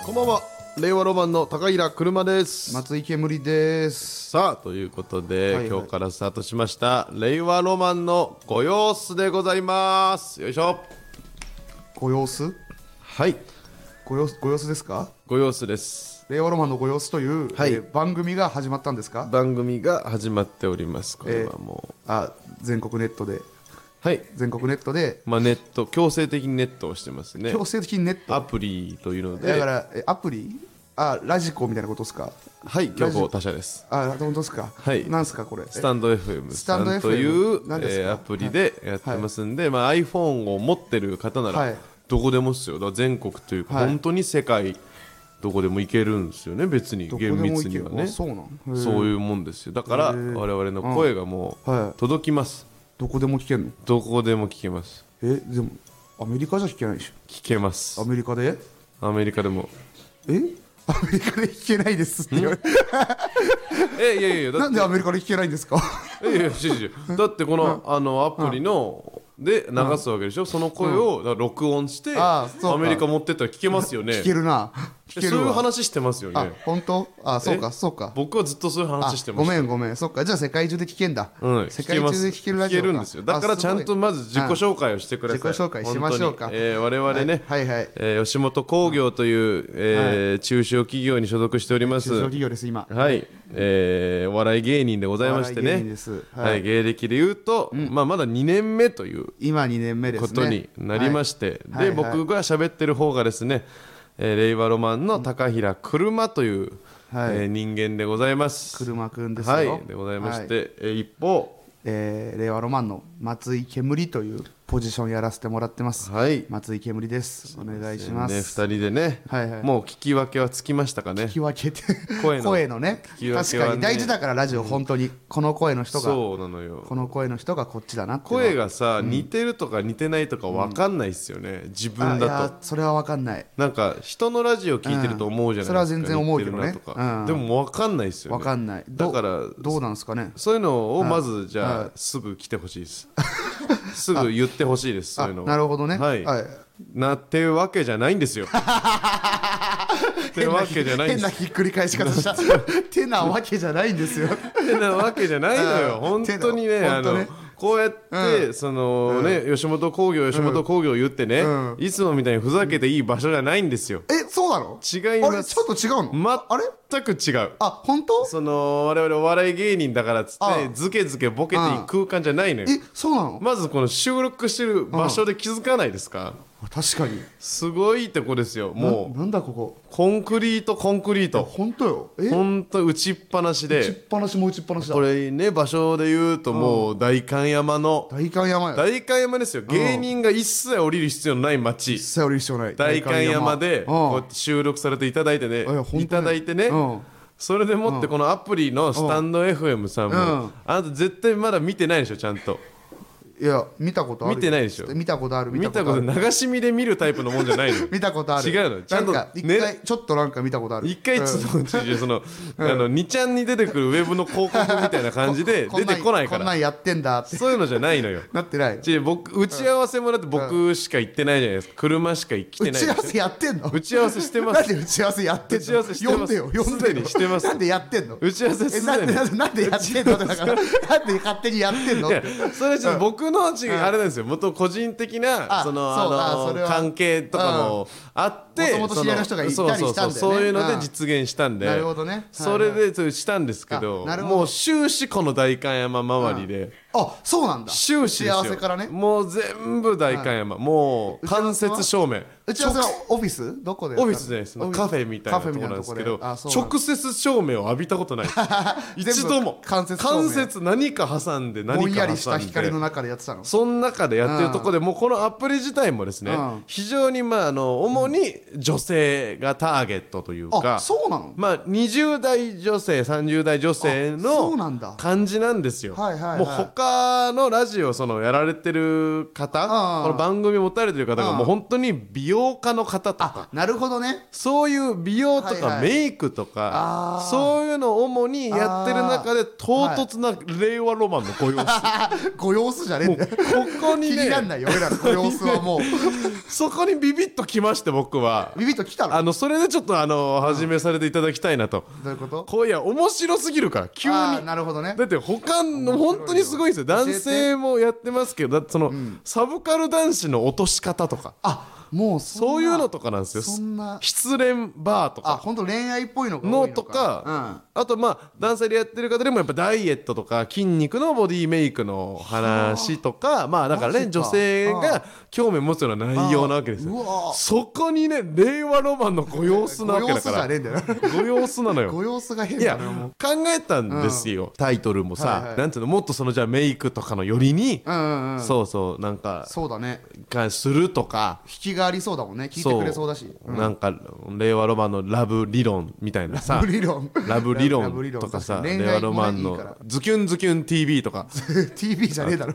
こんばんは。令和ロマンの高平車です。 松井煙です。 さあということで、 はいはい今日からスタートしました令和ロマンのご様子でございます。よいしょ。 ご様子はいご様子ですか？ ご様子です。 令和ロマンのご様子という、 はい番組が始まったんですか？ 番組が始まっております。これはもう、 全国ネットではいまあネット強制的にネットをしてますね。 強制的にネットアプリというので、 だからアプリラジコみたいなことですか？ はい競合他社です。 本当ですか？ はいなんすかこれ？ スタンド FM さんという、アプリでやってますんで、まあ、iPhone を持ってる方なら、 はいどこでもっすよ。だから全国というか、 はい本当に世界どこでも行けるんですよね。別にどこでも厳行ける密にはね。 そうなんそういうもんですよ。だから我々の声がもうはい届きます。 どこでも聞けんの？ どこでも聞けます。 でもアメリカじゃ聞けないでし聞けますょ？アメリカでアメリカでも。 アメリカで聞けないですって言われていやいやだってなんでアメリカで聞けないんですか？ いやいやだってこの、アプリので流すわけでしょ。その声をだから録音して、 そうかアメリカ持ってったら聞けますよね。 聞けるな聞けるわ。 そういう話してますよね。 本当？そうか僕はずっとそういう話してました。 ごめんそっか。じゃあ世界中で聞けんだ、世界中で聞けるラジオか。 聞けるんですよ。だからちゃんとまず自己紹介をしてください。 自己紹介しましょうか。 我々ね、吉本興業という、中小企業に所属しております。 中小企業です今。 はい、お笑い芸人でございましてね。芸歴で言うと、まだ2年目という今2年目ですねことになりまして、で僕が喋ってる方がですね、令和ロマンの高平車という、人間でございます。 車くんですよ。 はいでございまして、一方、 令和ロマンの松井煙というポジションやらせてもらってます。松井煙です。お願いします。 2人でね、もう聞き分けはつきましたかね。 聞き分けって声のね、 聞き分けはね、 確かに大事だからラジオ、本当にこの声の人が、 そうなのよ。 この声の人がこっちだなって。 声がさ、似てるとか似てないとか分かんないっすよね、自分だと。 それは分かんない。 なんか人のラジオ聞いてると思うじゃないですか。 それは全然思うけどね。 でも分かんないっすよね。 分かんない。 だからどうなんですかね。 そういうのをまずじゃあすぐ来てほしいです。すぐ言ってほしいです。そういうの。 なるほどね。 なっていうわけじゃないんですよ。ってわけじゃないんです。 変なひっくり返し方した。てなわけじゃないんですよ。 てなわけじゃないのよ。本当にね、こうやってそのね、吉本興業言ってね、いつもみたいにふざけていい場所じゃないんですよ。 そうなの？ 違います。 ちょっと違うの？ 全く違う。 本当？ その我々お笑い芸人だからっつってズケズケボケていい空間じゃないのよ。 そうなの？ まずこの収録してる場所で気づかないですか？ 確かにすごいとこですよ。もうなんだここ、 コンクリート本当よ。 本当打ちっぱなしで、 打ちっぱなしだ。 これね、場所で言うともう代官山ですよ。芸人が一切降りる必要のない街、 一切降りる必要ない代官山でこうやって収録されていただいてね、それでもってこのアプリのスタンド FM さんもあなた絶対まだ見てないでしょ。ちゃんといや見たことある。 見てないでしょ。 見たことある。 流し見で見るタイプのもんじゃないの。 見たことある。 違うの。ちゃんと一回ちょっとなんか見たことある。 一回その2ちゃんに出てくるウェブの広告みたいな感じで出てこないから。 こんなんやってんだって。 そういうのじゃないのよ。 なってない。 僕打ち合わせもだって僕しか行ってないじゃないですか。車しか来てない。 打ち合わせやってんの？ 打ち合わせしてます。 なんで打ち合わせやってんの？読んでよ。 すでにしてます。 なんでやってんの？ 打ち合わせすでに。 なんでやってんの？だからなんで勝手にやってんの？ それちょっと僕のあれなんですよ。元個人的なその関係とかもあって、 元々知り合いの人がいたりしたんだよね。 そういうので実現したんで。 なるほどね。 それでしたんですけど、もう終始この代官山周りで。 そうなんだ。 終始ですよ。 打ち合わせからね。 もう全部代官山、もう間接照明。 打ち合わせはオフィス？どこで？ オフィスじゃないです。カフェみたいなところなんですけど、直接照明を浴びたことない。一度も。間接何か挟んで何か挟んで。 ぼんやりした光の中でやってたの。 その中でやってるところでもうこのアプリ自体もですね、非常に主に女性がターゲットというか、 そうなの ？20代女性30代女性の感じなんですよ。もう他他のラジオそのやられてる方、この番組持たれてる方がもう本当に美容家の方とか、 なるほどね、 そういう美容とかメイクとか、そういうのを主にやってる中で唐突な令和ロマンのご様子ご様子じゃねえんだよ、 ここにね、 気になんないよ俺らのご様子はもうそこにビビッときまして、僕はビビッときたの、 それでちょっと始めさせていただきたいなと。 どういうこと？ こういや面白すぎるから急に。 なるほどね。 だって他の本当にすごいんですよ。男性もやってますけど、だってその、サブカル男子の落とし方とか、 もうそういうのとかなんですよ。失恋バーとか、 本当恋愛っぽいのが多いののとか、あとまあ男性でやってる方でもやっぱダイエットとか筋肉のボディメイクの話とか、まあだからね、女性が興味を持つような内容なわけですよ。そこにね、令和ロマンのご様子なわけだから、ご様子なのよ。 ご様子が変だよ。いや考えたんですよ、タイトルもさ、なんていうの、もっとそのじゃあメイクとかのよりに、そうそう、なんかそうだね、 するとか、 引きがありそうだもんね、聞いてくれそうだし、 なんか令和ロマンのラブ理論みたいなさ、ラブ理論とかさ、令和ロマンのズキュンズキュン TV とか TV じゃねえだろ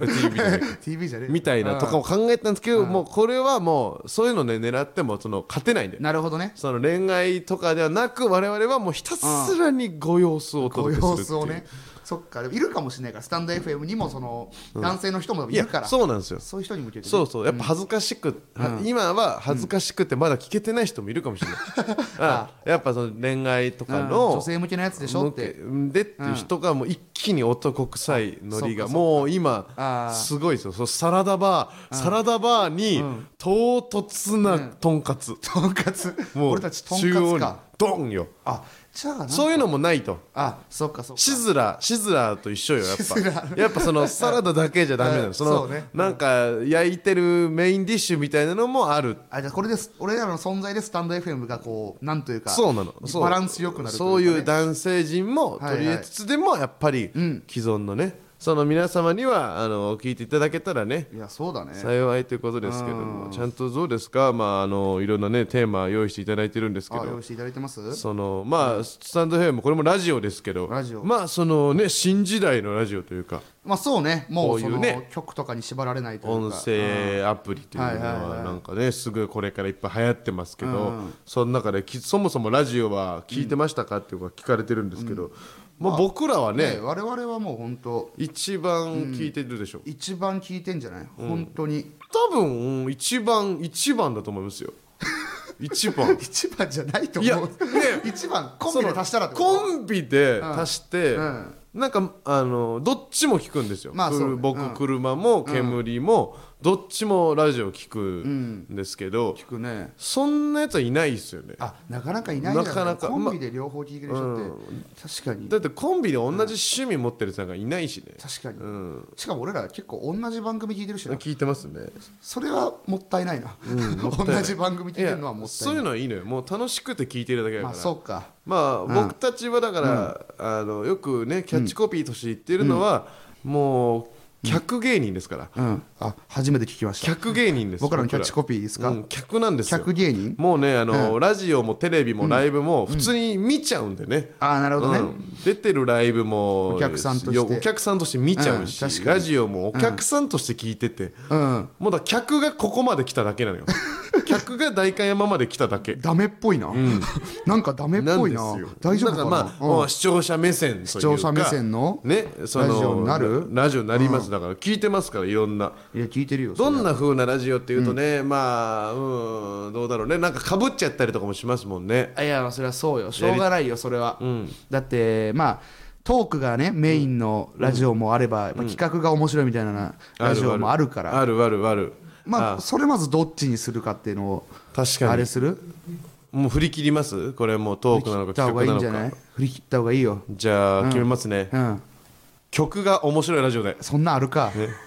TV じゃねえみたいなとかも考えたんですけど、もうこれはもうそういうのね狙ってもその勝てないんで。 なるほどね。 その恋愛とかではなく、我々はもうひたすらにご様子をお届けするっていう。 ご様子をね。そっか、でもいるかもしれないから、スタンド FM にもその男性の人もいるから、 そうなんですよ。 そういう人に向けて、ね、 そうそう、やっぱ恥ずかしく、今は恥ずかしくてまだ聞けてない人もいるかもしれないやっぱその恋愛とかの女性向けのやつでしょってでっていう人がもう一気に男臭いノリがもう今すごいですよ。そう、サラダバーに唐突なとんかつ、もう俺たちとんかつか、 ドンよ。そういうのもないと。 そっかそっか。 シズラーと一緒よ。やっぱそのサラダだけじゃダメなの。そのなんか焼いてるメインディッシュみたいなのもある。 じゃあこれです。俺らの存在でスタンド FM がこうなんというか、 そうなの。 バランスよくなる。 そういう男性陣も取り入れつつでもやっぱり既存のね、その皆様には聞いていただけたらね、 いやそうだね、 幸いということですけども、ちゃんとどうですか、まあいろんなねテーマ用意していただいてるんですけど、 用意していただいてます。 そのまあスタンド FM これもラジオですけど、まあそのね新時代のラジオというか、 まあそうね、もうその曲とかに縛られないというか、 音声アプリというのはなんかねすぐこれからいっぱい流行ってますけど、その中でそもそもラジオは聞いてましたかっていうか聞かれてるんですけど、もう僕らはね、 我々はもう本当一番聞いてるでしょ。 一番聞いてんじゃない、本当に多分一番だと思いますよ。一番じゃないと思う。一番コンビで足したらってこと？ コンビで足してなんかどっちも聞くんですよ。僕車も煙もどっちもラジオ聞くんですけど、 聞くね。 そんなやつはいないですよね。 なかなかいないんじゃない？コンビで両方聞いてる人って確かに。 だってコンビで同じ趣味持ってる人がいないしね。 確かに。しかも俺ら結構同じ番組聞いてるしな。 聞いてますね。 それはもったいないな。同じ番組聞いてるのはもったいない。 そういうのはいいのよ。もう楽しくて聞いてるだけだから。 そうか。 まあ僕たちはだからよくねキャッチコピーとして言ってるのはもう客芸人ですから。 初めて聞きました。 客芸人です。 僕らのキャッチコピーですか？ 客なんですよ。 客芸人？ もうねラジオもテレビもライブも普通に見ちゃうんでね。 なるほどね。 出てるライブもお客さんとして見ちゃうし、ラジオもお客さんとして聞いてて、もうだ客がここまで来ただけなのよ。客が代官山まで来ただけ。 ダメっぽいな。なんかダメっぽいな。大丈夫かな。 まあ視聴者目線というか、 視聴者目線のね、 ラジオになる？ ラジオになります。だから聞いてますから、いろんな。 いや聞いてるよ。 どんな風なラジオっていうとね、まあどうだろうね、なんか被っちゃったりとかもしますもんね。 いやそれはそうよ、しょうがないよそれは。だってまあトークがねメインのラジオもあれば、企画が面白いみたいなラジオもあるから。 ある。 まあそれまずどっちにするかっていうのを確かにあれする。 もう振り切ります。これもうトークなのか企画なのか。 振り切った方がいいよ。 じゃあ決めますね。曲が面白いラジオで。 そんなあるか。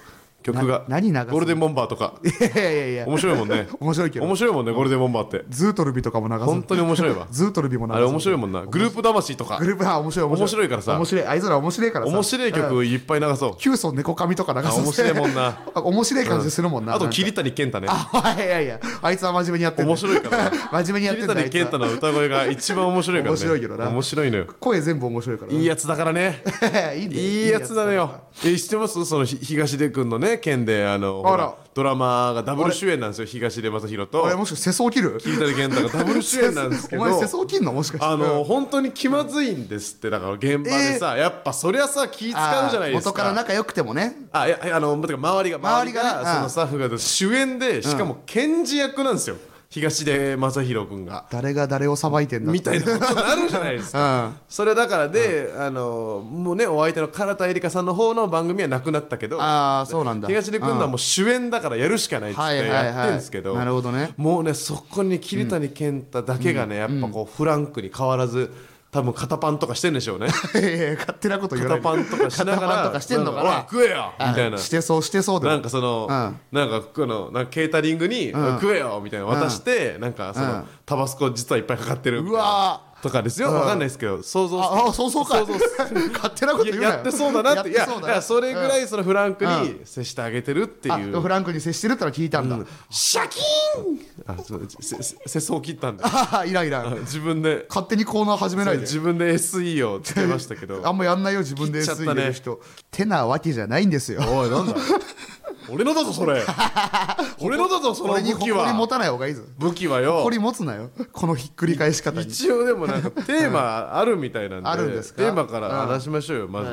曲が何流すのゴールデンボンバーとかいや面白いもんね面白いけど面白いもんねゴールデンボンバーってズートルビとかも流す本当に面白いわズートルビも流すあれ面白いもんなグループ魂とかグループ面白い面白いからさ面白いあいつら面白いからさ面白い曲いっぱい流そうキュウソン猫髪とか流すあ面白いもんな面白い感じするもんな、 あと桐谷健太ねいやあいつは真面目にやってる面白いから真面目にやって桐んだ谷健太の歌声が一番面白いからね面白いけどな面白いのよ声全部面白いからいいやつだからねいいんだよいいやつなのよ知ってますその東出君のね件でほらドラマがダブル主演なんですよ東出昌大と俺もしかして世相切る桐谷健太がダブル主演なんですけどお前世相切んのもしかして本当に気まずいんですってだから現場でさやっぱそりゃさ気使うじゃないですか元から仲良くてもねいやてか周りがねそのスタッフが主演でしかも検事役なんですよ東出昌大君が誰が誰をさばいてんだってみたいなことになるじゃないですか、それだからで、もうねお相手の唐田絵梨香さんの方の番組はなくなったけどそうなんだ東出君のはもう主演だからやるしかないっつってやってるんですけど、 なるほどねもうねそこに桐谷健太だけがね、やっぱこうフランクに変わらず多分肩パンとかしてんでしょうね勝手なこと言わない肩パンとかしなが肩パンらとかしてんのかなおい食えよみたいなしてそうでなんかその、なんかケータリングに、食えよみたいな渡して、なんかその、タバスコ実はいっぱいかかってるみたいなとかですよ、わかんないですけど想像そうか勝手なこと言うなよやってそうだなっていやそれぐらいそのフランクに接してあげてるっていうフランクに接してるってのは聞いたんだシャキーン世相を切ったんでいらん自分で勝手にコーナー始めないで自分で SE をつけましたけどあんまやんないよ自分で SE 入れる人てなわけじゃないんですよおいなんだ俺のだぞそれ俺のだぞその武器誇りは持たない方がいいぞ武器はよ誇り持つなよこのひっくり返し方に一応でもなんかテーマあるみたいなんであるんですかテーマから話しましょうよまず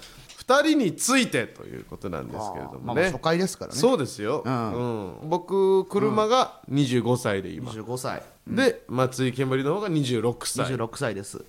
2人についてということなんですけれどもね初回ですからねそうですよ僕車が25歳で今 25歳で松井けんばりの方が26歳 26歳です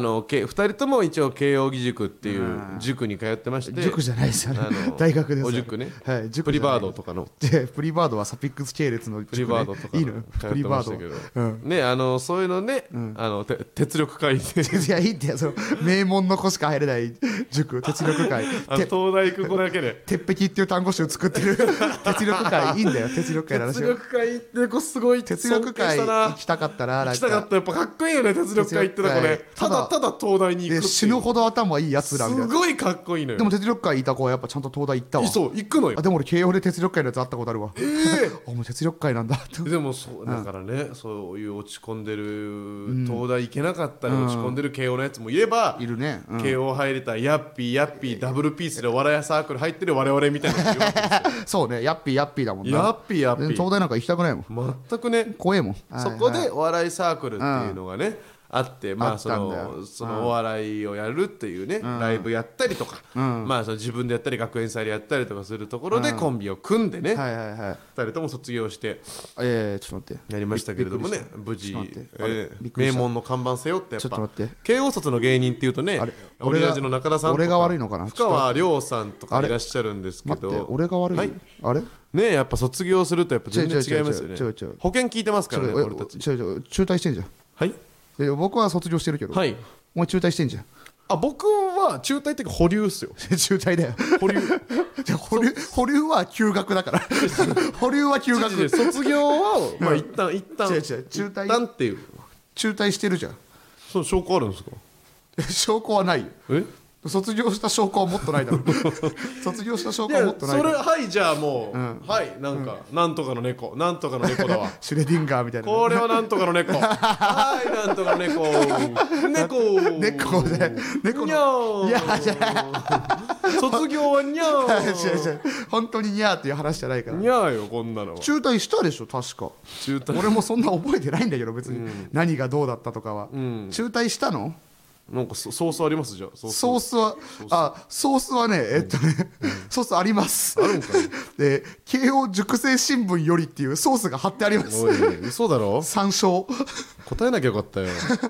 2人とも一応慶應義塾っていう塾に通ってまして塾じゃないですよね大学ですお塾ねはい塾プリバードとかのプリバードはサピックス系列のプリバードとかいいのプリバードねそういうのね鉄力会でいやいいってやその名門の子しか入れない塾鉄力会東大行く子だけで鉄壁っていう単語集作ってる鉄力会いいんだよ鉄力会の話鉄力会って子すごい鉄力会行きたかったな行きたかったやっぱかっこいいよね鉄力会ってたこれただ東大に行くっていう死ぬほど頭いいやつらみたいなすごいかっこいいのよでも鉄力会いた子はやっぱちゃんと東大行ったわそう行くのよでも俺慶応で鉄力会のやつ会ったことあるわもう鉄力会なんだでもそうだからねそういう落ち込んでる東大行けなかったり落ち込んでる慶応のやつもいればいるね慶応入れたヤッピーダブルピースでお笑いサークル入ってる我々みたいなのがいるわけですよそうねヤッピーだもんなヤッピー東大なんか行きたくないもん全くね怖えもんそこでお笑いサークルっていうのがねあってそのお笑いをやるっていうねライブやったりとかその自分でやったり学園祭でやったりとかするところでコンビを組んでね2人とも卒業してちょっと待ってやりましたけれどもね無事名びっくりした門の看板背負ってやっぱちょっと待って慶応卒の芸人っていうとねオリラジの中田さんとか俺が悪いのかな深川亮さんとかいらっしゃるんですけ待ってど俺が悪いあれねやっぱ卒業するとやっぱ全然違いますよね保険聞いてますからね俺たち中退してんじゃんはい僕は卒業してるけどはいお前中退してんじゃん僕は中退っていうか保留っすよ中退だよ保留保留は休学だから保留は休学卒業はまあ一旦中退っていう中退してるじゃんその証拠あるんですか証拠はないよえ卒業した証拠はもっとないだろ卒業した証拠はもっとないそれはいじゃあもうはいなんとかの猫なんとかの猫だわシュレディンガーみたいなこれはなんとかの猫はいなんとかの猫猫じゃない猫のにゃーじゃない卒業はにゃー本当にニャーっていう話じゃないからにゃーよこんなの中退したでしょ確か中退俺もそんな覚えてないんだけど別に何がどうだったとかは中退したのなんかソースありますじゃあソースはねソースありますあるんかいで慶応塾生新聞よりっていうソースが貼ってありますおい嘘だろ参照答えなきゃよかったよ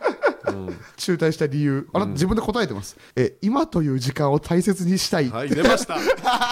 中退した理由あなた自分で答えてます、今という時間を大切にしたい、 はい、出ました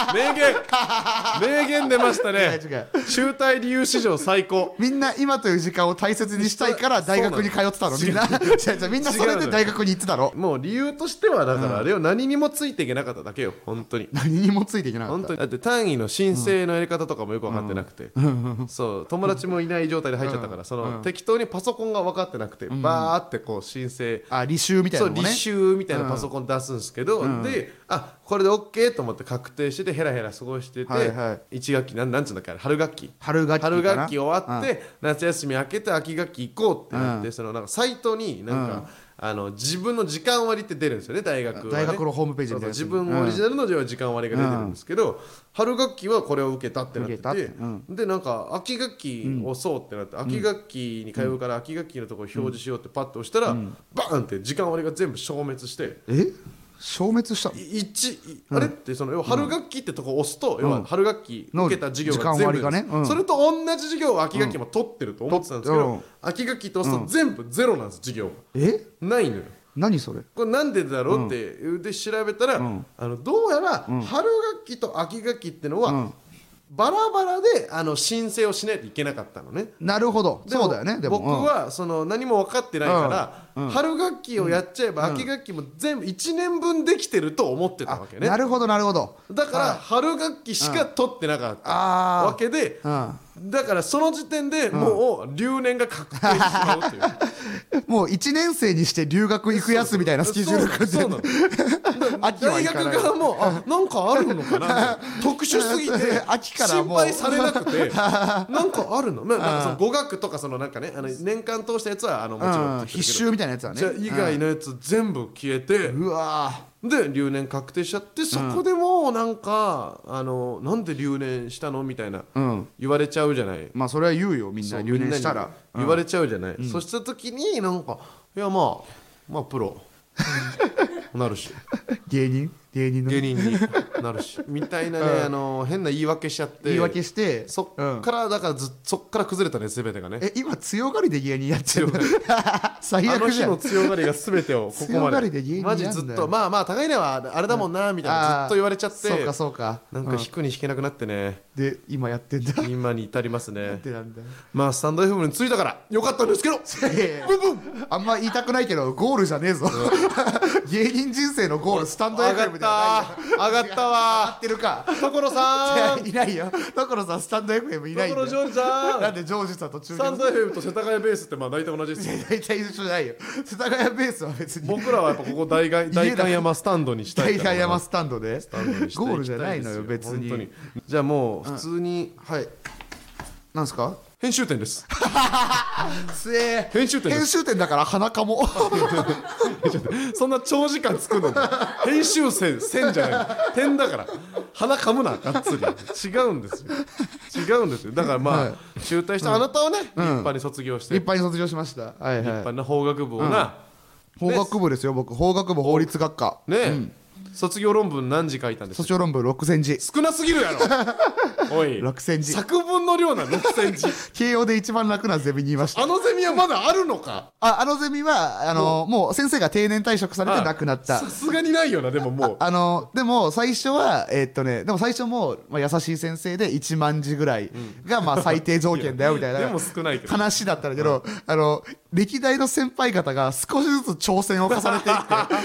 名言出ましたね。 違う中退理由史上最高。 みんな今という時間を大切にしたいから大学に通ってたのみんなみんなそれで大学に行ってたの。 もう理由としてはだからあれを何にもついていけなかっただけよ本当に。 何にもついていけなかった。 本当にだって単位の申請のやり方とかもよく分かってなくて、そう友達もいない状態で入っちゃったから、その適当にパソコンが分かってなくて、バーってこう申請、 履修みたいなのもね、 そう履修みたいなパソコン出すんですけど、でこれで OK と思って確定しててヘラヘラ過ごしてて、1学期なんつうんだっけ、春学期終わって、夏休み明けて秋学期行こうってなって、そのなんかサイトになんか、自分の時間割って出るんですよね、大学はね。 大学のホームページみたいな。 自分オリジナルの時間割が出てるんですけど、春学期はこれを受けたってなってて、でなんか秋学期をそうってなって、秋学期に通うから秋学期のところ表示しようってパッと押したら、バーンって時間割が全部消滅して、 消滅したあれってその要は春学期ってとこ押すと、要は春学期受けた授業が全部です、それと同じ授業を秋学期も取ってると思ってたんですけど、秋学期と押すと全部ゼロなんです、授業ないのよ。 何それ、 これなんでだろうってで調べたら、どうやら春学期と秋学期ってのはバラバラで申請をしないといけなかったのね。 なるほど、そうだよね。でも僕はその何も分かってないから、春学期をやっちゃえば秋学期も全部1年分できてると思ってたわけね。 なるほどなるほど。 だから春学期しか取ってなかったわけで、だからその時点でもう留年が確定してしまうという、 もう1年生にして留学行くやつみたいなスケジュール組んでるの。 大学側もなんかあるのかな特殊すぎて秋からもう心配されなくてなんかあるの、なんかその語学とかそのなんかね年間通したやつはもちろん必修みたいなやつはね。 じゃあ以外のやつ全部消えて、 うわで留年確定しちゃって、そこでもうなんかなんで留年したのみたいな言われちゃうじゃない。 まあそれは言うよ、みんな留年したら言われちゃうじゃない。そした時になんかいやまあプロなるし芸人になるしみたいなね、変な言い訳しちゃって、 言い訳してそっからだからそっから崩れたね、全てがね。 今強がりで芸人やってる最悪じゃん。 あの日の強がりが全てをここまで強がりで芸人やんだよ。 マジずっとまあ高いねはあれだもんなみたいなずっと言われちゃって、 そうかなんか引くに引けなくなってね、 で今やってんだ。 今に至りますね。 なんでなんだ。 まあスタンド FM に着いたからよかったんですけど、ブンブンあんま言いたくないけどゴールじゃねえぞ。芸人人生のゴールスタンド FM ではないよ。 上がったわ。 上がってるか。 所さんいないよ。所さんスタンド FM いないんだよ。 所ジョージさん。 なんでジョージさん途中スタンド FM と世田谷ベースってまあ大体同じですよ。 大体一緒じゃないよ。世田谷ベースは別に。 僕らはやっぱここ代官山スタンドにしたいから。 代官山スタンドで。ゴールじゃないのよ別に。 本当に。じゃあもう普通にはい。なんすか？ 編集点です。 すえ編集点だから鼻かも。 そんな長時間作るの編集線じゃない点だから鼻かむながっつり違うんですよ。だからまあ中退したあなたはね立派に卒業して、 立派に卒業しました。はいはい。 立派な法学部をな、 法学部ですよ僕。法学部法律学科ね。卒業論文何字書いたんですか？ 卒業論文6000字。 少なすぎるやろ。おい 6000字。 作文の量な6000字。 慶応で一番楽なゼミに言いました。 あのゼミはまだあるのか？ あのゼミはもう先生が定年退職されて亡くなった。 さすがにないよな。でももうでも最初はでも最初も優しい先生で1万字ぐらいがまあ最低条件だよみたいなでも少ないけど話だったんだけど、歴代の先輩方が少しずつ挑戦を重ねていって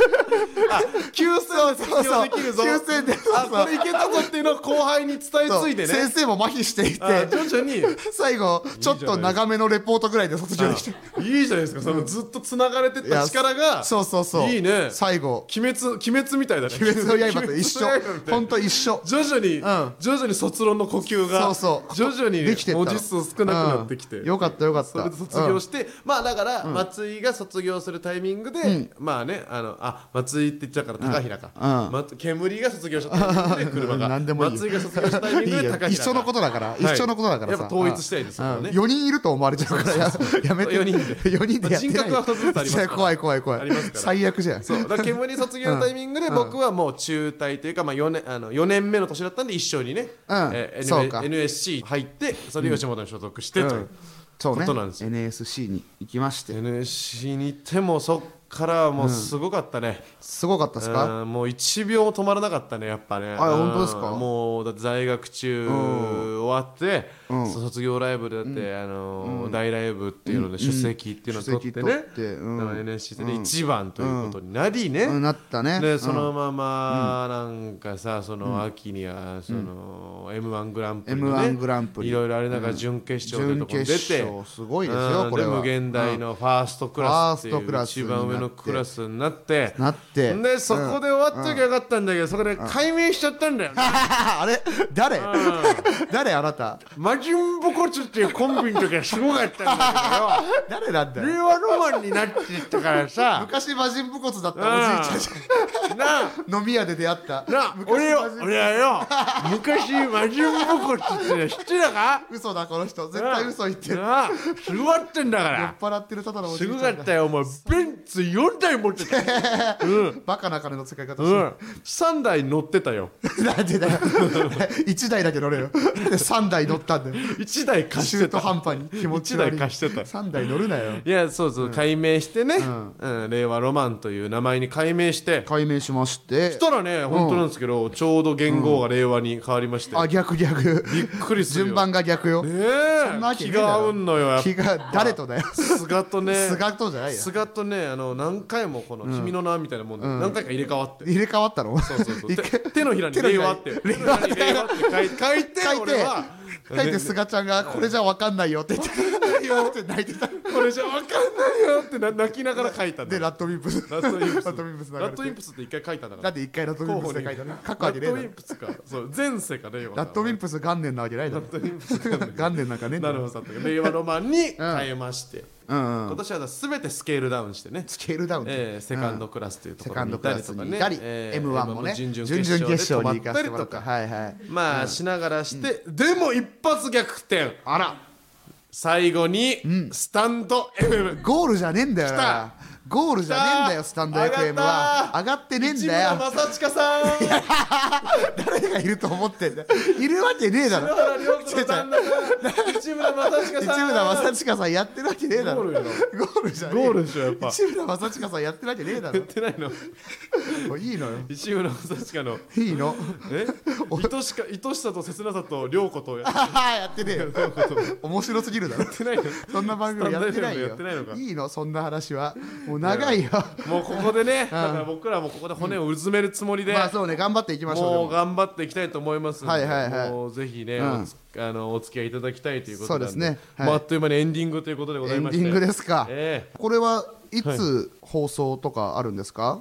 9000卒業できるぞ、 9000でこれいけたぞっていうのを後輩に伝え継いでね、 先生も麻痺していて徐々に最後ちょっと長めのレポートぐらいで卒業できて、 いいじゃないですか。そのずっとつながれてった力がそういいね。 最後鬼滅みたいだね。 鬼滅の刃と一緒。本当一緒。 徐々に卒論の呼吸が徐々に文字数少なくなってきて、 よかったそれで卒業して、まあだから松井が卒業するタイミングでまあね松井って言っちゃうから高平か、煙が卒業したタイミングで車が松井が卒業したタイミングで高平が一緒のことだからさ、 やっぱ統一したいですよね。 4人いると思われちゃうからやめて。4人でやってない。 人格は2つありますから。 怖い最悪じゃん。 そうだから煙卒業のタイミングで僕はもう中退というかまあ4年目の年だったんで一緒にね NSC 入ってそれで吉本に所属してというそうねことなんですよ。 NSC に行きまして NSC に行ってもそっからはもうすごかったね、 すごかったですか？ もう1秒も止まらなかったねやっぱね。 本当ですか？ もうだって在学中終わって、卒業ライブでだって、大ライブっていうので出席っていうのを取ってね、だから NSC で一番ということになりね、 なったね。 でそのままなんかさ、その秋にはその M1 グランプリのね、 M1 グランプリいろいろあれなんか準決勝でとこに出て、 すごいですよこれは。 で無限大のファーストクラスっていう一番上のクラスになってでそこで終わっときゃよかったんだけど、そこで解明しちゃったんだよね。 あれ誰あなた。 魔人武骨っていうコンビの時はすごかったんだ誰なんだよ。 けど令和ロマンになっていったからさ昔魔人武骨だったおじいちゃんなあ飲み屋で出会った俺はよ昔魔人武骨って知ってたか？ 嘘だこの人絶対嘘言ってる。 すごかったんだか酔っら。 払ってるただのおじすごいちゃんだ。 かったよお前。ベンツ4台持ってた。 バカな金の使い方してる。 3台乗ってたよ。 なんでだよ1台だけ乗れよ。3台乗ったんだよ。 1台貸してた。 中途半端に気持ち 1 悪い。 台貸してた。 3台乗るなよ。 いやそうそう、改名してね、令和ロマンという名前に改名して改名しましてしたらね、本当なんですけど、ちょうど元号が令和に変わりまして、 あ逆びっくりするよ。 順番が逆よ。 ねそんなわえ、気けねえだろが合うんのよやっぱ。 気が誰とだよ。 菅とね、 菅とじゃないよ。 菅とね、何回もこの君の名みたいなもんで何回か入れ替わって、 入れ替わったの？ そうそうそう、 一回手のひらに令和って書いて俺は書いて菅ちゃんがこれじゃ分かんないよって言ってよって泣いてた。 これじゃ分かんないよって泣きながら書いたんだでよ。 ラッドウィンプスラッドウィンプスラッドウィンプス流れてラッドウィンプスって一回書いたんだから。 なんで一回ラッドウィンプスで書いたの？書くわラッドウけねえだろ。 ィンプスか、そう前世か令和か。 ラッドウィンプス元年なわけないだろ。 ラッドウィンプスか元年なんかねえんだろ。 なるほど、令和ロマンに変えまして、 うん今年は全てスケールダウンしてね、 スケールダウン。 セカンドクラスというところに行ったりとかね、 セカンドクラスにいたり M1 もね準々 準々決勝に行かせて決勝で泊まったりとか、 もらった。はいはい。 まあしながらして、でも一発逆転、 あら最後にスタンド FM ゴールじゃねえんだよな。ゴールじゃねえんだよスタンド FM は。上がってねえんだよ。 市村正親さん、 誰がいると思ってんだよ。いるわけねえだろ。 篠原涼子の旦那さん、市村正親さん、 市村正親さんやってるわけねえだろ。 ゴールよゴールじゃねえゴールでしょやっぱ。 市村正親さんやってるわけねえだろ。 やってないの？ もういいのよ。 市村正親のいいの。 愛しさと切なさと涼子とややってねえよ。面白すぎるだろ。 ってないの？ そんな番組やってないよやってないのか。 いいのそんな話は。もう長いよ。 もうここでね、だから僕らもここで骨をうずめるつもりで、 まあそうね頑張っていきましょう。でももう頑張っていきたいと思いますので、 はいはいはいもうぜひね、お付き合いいただきたいということなんで、 そうですねはいもうあっという間にエンディングということでございまして、 エンディングですか。 えこれはいつ放送とかあるんですか？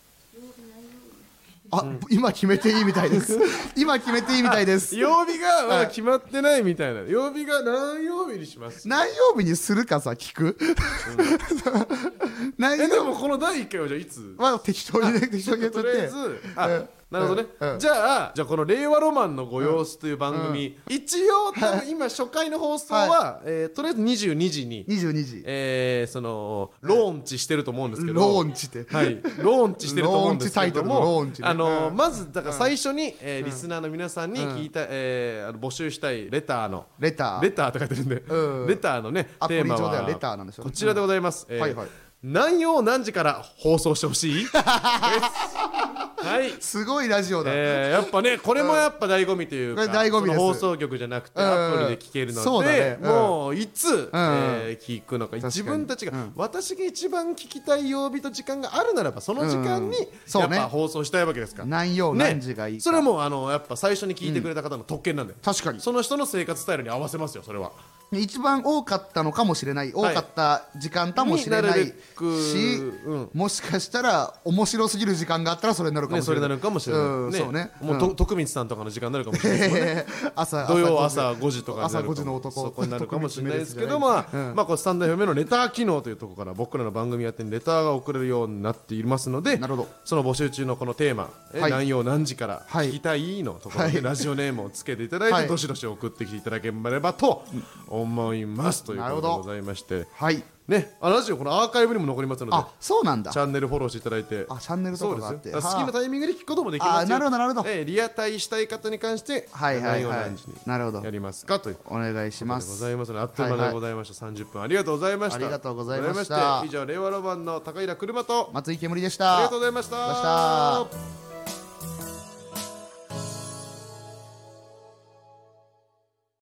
あ、今決めていいみたいです。今決めていいみたいです。 曜日がまだ決まってないみたいな。曜日が何曜日にします？ 何曜日にするかさ聞く。何で曜もこの第1回はじゃあいつ？ は適当にね適当にやっちゃってとりあえず、なるほどね、 うんじゃあこの令和ロマンのご様子という番組、一応多分今初回の放送は、とりあえず22時に、 22時そのローンチしてると思うんですけど、 ローンチってはい、ローンチしてると思うんですけどローンチタイトルのロも、 ーンチねまずだから最初に、リスナーの皆さんに聞いた、募集したいレターのレターレターって書いてるんで、 うんレターのねアプリテーマは上ではレターなんでしょうねこちらでございます、 はいはい何曜何時から放送してほしいです。はい、 すごいラジオだ。 やっぱねこれもやっぱ醍醐味というか、 これ醍醐味ですその放送局じゃなくてアプリで聞けるのそうだで、 ねもういつ、 ん聞くのかに自分たちが、私が一番聞きたい曜日と時間があるならばその時間にそうねやっぱ放送したいわけですから、 何曜何時がいいか。 それはもうやっぱ最初に聞いてくれた方の特権なんで、 確かにその人の生活スタイルに合わせますよそれは。 一番多かったのかもしれない多かった時間かもしれなになるべいくし、もしかしたら面白すぎる時間があったらそれになるかもしれない。 それなるかもしれない、 そうね。 もう徳光さんとかの時間になるかもしれないですもんね土曜朝5時とかになるかも朝5時の男そこになるかもしれないですけど、 徳ま光あこうスタンド FM のレター機能というところから僕らの番組やってるレターが送れるようになっていますので、 なるほどその募集中のこのテーマ、 はい何曜何時からはい聞きたいのところで、 はいラジオネームをつけていただいて、 はいどしどし送ってきていただければと思思いますということでございまして、 はいね、ラジオこのアーカイブにも残りますので、 そうなんだ。 チャンネルフォローしていただいて、 チャンネルとかがあって、 好きなタイミングで聞くこともできますよ。 なるほどなるほど。 リアタイしたい方に関して何を何時にやりますかというお願いします。 ございますので、あっという間でございました。30分ありがとうございました。 ありがとうございました。 以上令和ロマンの高平車と松井けむりでした。 ありがとうございました。